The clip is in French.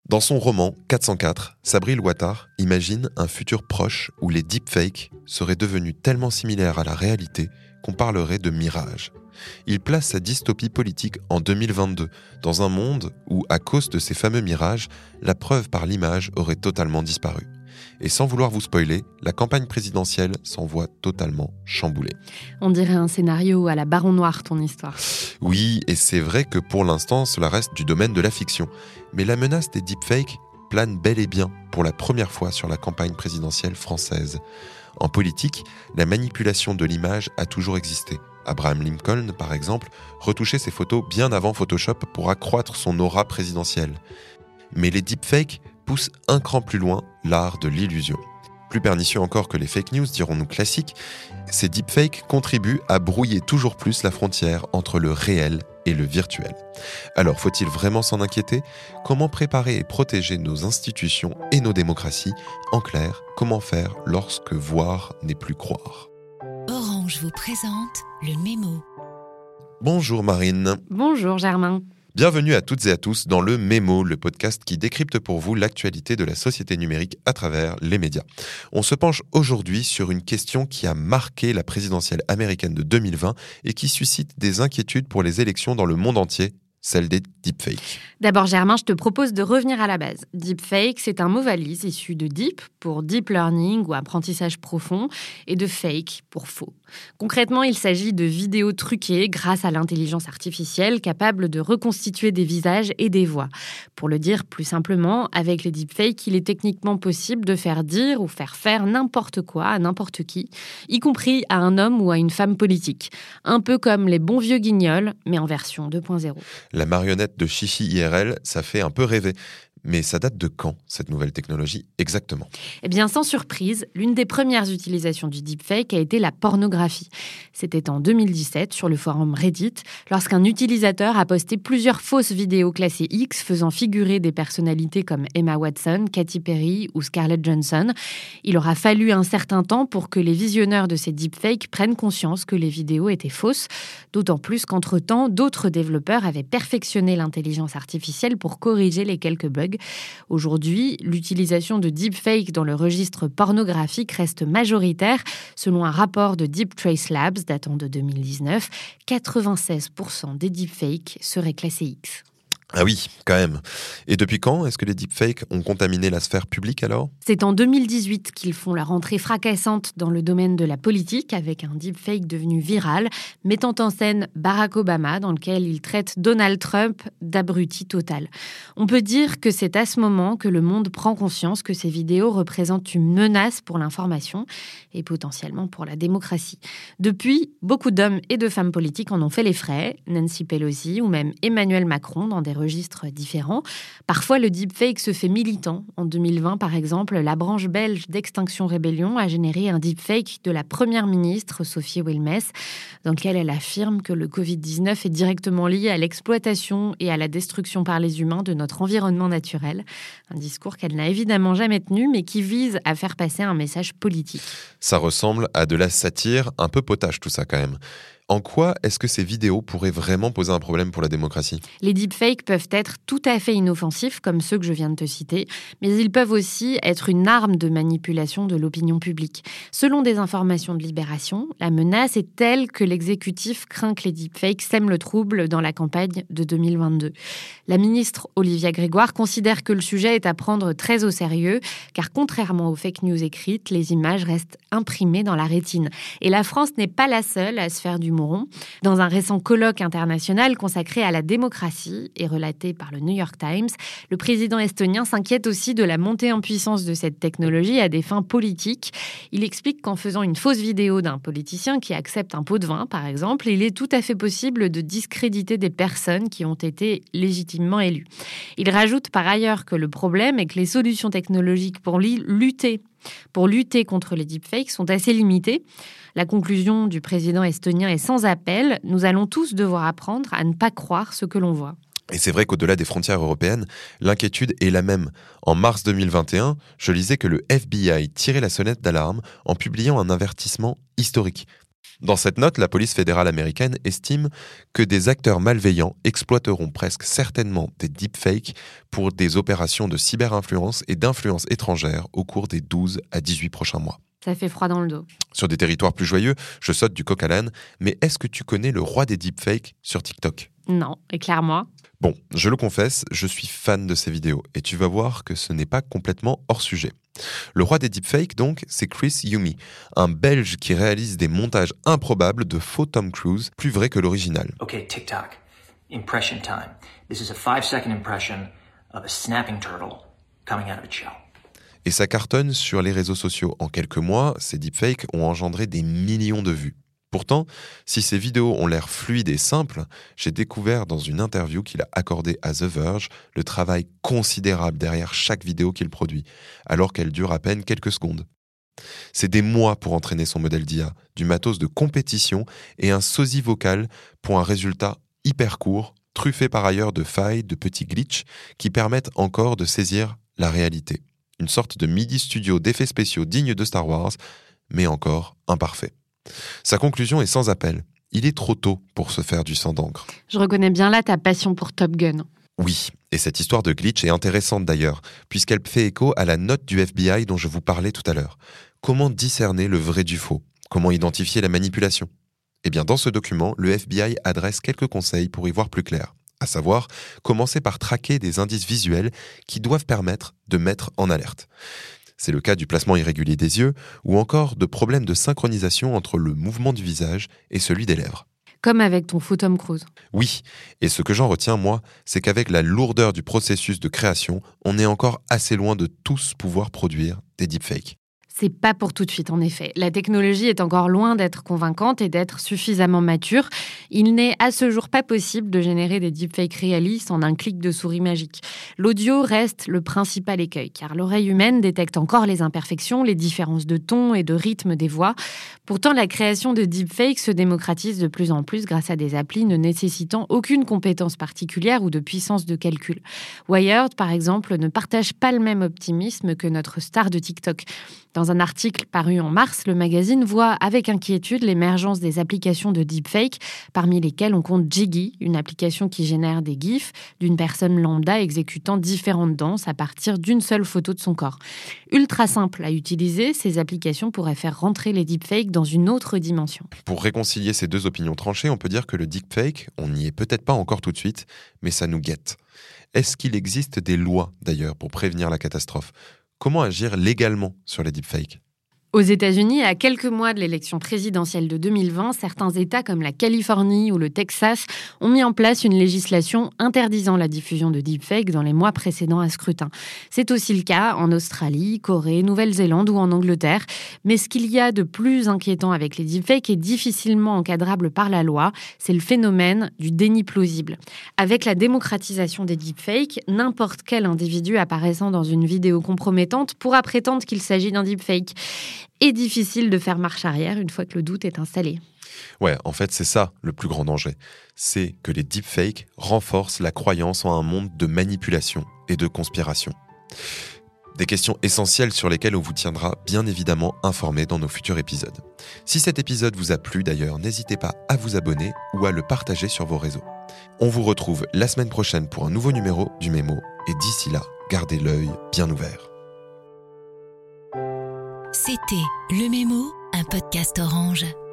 Dans son roman 404, Sabri Louattard imagine un futur proche où les deepfakes seraient devenus tellement similaires à la réalité qu'on parlerait de mirage. Il place sa dystopie politique en 2022, dans un monde où, à cause de ces fameux mirages, la preuve par l'image aurait totalement disparu. Et sans vouloir vous spoiler, la campagne présidentielle s'en voit totalement chamboulée. On dirait un scénario à la Baron Noir, ton histoire. Oui, et c'est vrai que pour l'instant, cela reste du domaine de la fiction. Mais la menace des deepfakes plane bel et bien pour la première fois sur la campagne présidentielle française. En politique, la manipulation de l'image a toujours existé. Abraham Lincoln, par exemple, retouchait ses photos bien avant Photoshop pour accroître son aura présidentielle. Mais les deepfakes poussent un cran plus loin l'art de l'illusion. Plus pernicieux encore que les fake news, dirons-nous classiques, ces deepfakes contribuent à brouiller toujours plus la frontière entre le réel et le virtuel. Alors, faut-il vraiment s'en inquiéter ? Comment préparer et protéger nos institutions et nos démocraties ? En clair, comment faire lorsque voir n'est plus croire ? Orange vous présente le Mémo. Bonjour Marine. Bonjour Germain. Bienvenue à toutes et à tous dans le Mémo, le podcast qui décrypte pour vous l'actualité de la société numérique à travers les médias. On se penche aujourd'hui sur une question qui a marqué la présidentielle américaine de 2020 et qui suscite des inquiétudes pour les élections dans le monde entier, celle des deepfakes. D'abord Germain, je te propose de revenir à la base. Deepfake, c'est un mot valise issu de deep pour deep learning ou apprentissage profond et de fake pour faux. Concrètement, il s'agit de vidéos truquées grâce à l'intelligence artificielle capable de reconstituer des visages et des voix. Pour le dire plus simplement, avec les deepfakes, il est techniquement possible de faire dire ou faire faire n'importe quoi à n'importe qui, y compris à un homme ou à une femme politique. Un peu comme les bons vieux guignols, mais en version 2.0. La marionnette de Chichi IRL, ça fait un peu rêver. Mais ça date de quand, cette nouvelle technologie, exactement ? Eh bien, sans surprise, l'une des premières utilisations du deepfake a été la pornographie. C'était en 2017, sur le forum Reddit, lorsqu'un utilisateur a posté plusieurs fausses vidéos classées X faisant figurer des personnalités comme Emma Watson, Katy Perry ou Scarlett Johansson. Il aura fallu un certain temps pour que les visionneurs de ces deepfakes prennent conscience que les vidéos étaient fausses, d'autant plus qu'entre-temps, d'autres développeurs avaient perfectionné l'intelligence artificielle pour corriger les quelques bugs. Aujourd'hui, l'utilisation de deepfake dans le registre pornographique reste majoritaire. Selon un rapport de Deep Trace Labs datant de 2019, 96% des deepfakes seraient classés X. Ah oui, quand même. Et depuis quand est-ce que les deepfakes ont contaminé la sphère publique alors ? C'est en 2018 qu'ils font leur entrée fracassante dans le domaine de la politique avec un deepfake devenu viral, mettant en scène Barack Obama dans lequel il traite Donald Trump d'abruti total. On peut dire que c'est à ce moment que le monde prend conscience que ces vidéos représentent une menace pour l'information et potentiellement pour la démocratie. Depuis, beaucoup d'hommes et de femmes politiques en ont fait les frais, Nancy Pelosi ou même Emmanuel Macron dans des registres différents. Parfois, le deepfake se fait militant. En 2020, par exemple, la branche belge d'Extinction Rébellion a généré un deepfake de la première ministre, Sophie Wilmès, dans lequel elle affirme que le Covid-19 est directement lié à l'exploitation et à la destruction par les humains de notre environnement naturel. Un discours qu'elle n'a évidemment jamais tenu, mais qui vise à faire passer un message politique. Ça ressemble à de la satire, un peu potache tout ça quand même. En quoi est-ce que ces vidéos pourraient vraiment poser un problème pour la démocratie ? Les deepfakes peuvent être tout à fait inoffensifs, comme ceux que je viens de te citer, mais ils peuvent aussi être une arme de manipulation de l'opinion publique. Selon des informations de Libération, la menace est telle que l'exécutif craint que les deepfakes sèment le trouble dans la campagne de 2022. La ministre Olivia Grégoire considère que le sujet est à prendre très au sérieux, car contrairement aux fake news écrites, les images restent imprimées dans la rétine. Et la France n'est pas la seule à se faire du Dans un récent colloque international consacré à la démocratie et relaté par le New York Times, le président estonien s'inquiète aussi de la montée en puissance de cette technologie à des fins politiques. Il explique qu'en faisant une fausse vidéo d'un politicien qui accepte un pot de vin, par exemple, il est tout à fait possible de discréditer des personnes qui ont été légitimement élues. Il rajoute par ailleurs que le problème est que les solutions technologiques pour lutter contre les deepfakes sont assez limitées. La conclusion du président estonien est sans appel. Nous allons tous devoir apprendre à ne pas croire ce que l'on voit. Et c'est vrai qu'au-delà des frontières européennes, l'inquiétude est la même. En mars 2021, je lisais que le FBI tirait la sonnette d'alarme en publiant un avertissement historique. Dans cette note, la police fédérale américaine estime que des acteurs malveillants exploiteront presque certainement des deepfakes pour des opérations de cyberinfluence et d'influence étrangère au cours des 12 à 18 prochains mois. Ça fait froid dans le dos. Sur des territoires plus joyeux, je saute du coq à l'âne, mais est-ce que tu connais le roi des deepfakes sur TikTok ? Non, éclaire-moi. Bon, je le confesse, je suis fan de ces vidéos et tu vas voir que ce n'est pas complètement hors sujet. Le roi des deepfakes, donc, c'est Chris Yumy, un Belge qui réalise des montages improbables de faux Tom Cruise, plus vrais que l'original. Okay, TikTok. Impression time. This is a 5-second impression of a snapping turtle coming out of its shell. Et ça cartonne sur les réseaux sociaux. En quelques mois, ces deepfakes ont engendré des millions de vues. Pourtant, si ces vidéos ont l'air fluides et simples, j'ai découvert dans une interview qu'il a accordée à The Verge le travail considérable derrière chaque vidéo qu'il produit, alors qu'elle dure à peine quelques secondes. C'est des mois pour entraîner son modèle d'IA, du matos de compétition et un sosie vocal pour un résultat hyper court, truffé par ailleurs de failles, de petits glitches qui permettent encore de saisir la réalité. Une sorte de MIDI studio d'effets spéciaux digne de Star Wars, mais encore imparfait. Sa conclusion est sans appel. Il est trop tôt pour se faire du sang d'encre. Je reconnais bien là ta passion pour Top Gun. Oui, et cette histoire de glitch est intéressante d'ailleurs, puisqu'elle fait écho à la note du FBI dont je vous parlais tout à l'heure. Comment discerner le vrai du faux ? Comment identifier la manipulation ? Eh bien, dans ce document, le FBI adresse quelques conseils pour y voir plus clair. À savoir, commencer par traquer des indices visuels qui doivent permettre de mettre en alerte. C'est le cas du placement irrégulier des yeux ou encore de problèmes de synchronisation entre le mouvement du visage et celui des lèvres. Comme avec ton faux Tom Cruise. Oui, et ce que j'en retiens, moi, c'est qu'avec la lourdeur du processus de création, on est encore assez loin de tous pouvoir produire des deepfakes. C'est pas pour tout de suite, en effet. La technologie est encore loin d'être convaincante et d'être suffisamment mature. Il n'est à ce jour pas possible de générer des deepfakes réalistes en un clic de souris magique. L'audio reste le principal écueil, car l'oreille humaine détecte encore les imperfections, les différences de ton et de rythme des voix. Pourtant, la création de deepfakes se démocratise de plus en plus grâce à des applis ne nécessitant aucune compétence particulière ou de puissance de calcul. Wired, par exemple, ne partage pas le même optimisme que notre star de TikTok. Dans un article paru en mars, le magazine voit avec inquiétude l'émergence des applications de deepfake, parmi lesquelles on compte Jiggy, une application qui génère des gifs d'une personne lambda exécutant différentes danses à partir d'une seule photo de son corps. Ultra simple à utiliser, ces applications pourraient faire rentrer les deepfakes dans une autre dimension. Pour réconcilier ces deux opinions tranchées, on peut dire que le deepfake, on n'y est peut-être pas encore tout de suite, mais ça nous guette. Est-ce qu'il existe des lois, d'ailleurs, pour prévenir la catastrophe ? Comment agir légalement sur les deepfakes ? Aux États-Unis, à quelques mois de l'élection présidentielle de 2020, certains États comme la Californie ou le Texas ont mis en place une législation interdisant la diffusion de deepfakes dans les mois précédant un scrutin. C'est aussi le cas en Australie, Corée, Nouvelle-Zélande ou en Angleterre. Mais ce qu'il y a de plus inquiétant avec les deepfakes et difficilement encadrable par la loi, c'est le phénomène du déni plausible. Avec la démocratisation des deepfakes, n'importe quel individu apparaissant dans une vidéo compromettante pourra prétendre qu'il s'agit d'un deepfake. Et difficile de faire marche arrière une fois que le doute est installé. Ouais, en fait, c'est ça le plus grand danger. C'est que les deepfakes renforcent la croyance en un monde de manipulation et de conspiration. Des questions essentielles sur lesquelles on vous tiendra bien évidemment informé dans nos futurs épisodes. Si cet épisode vous a plu d'ailleurs, n'hésitez pas à vous abonner ou à le partager sur vos réseaux. On vous retrouve la semaine prochaine pour un nouveau numéro du Mémo et d'ici là, gardez l'œil bien ouvert. C'était Le Mémo, un podcast Orange.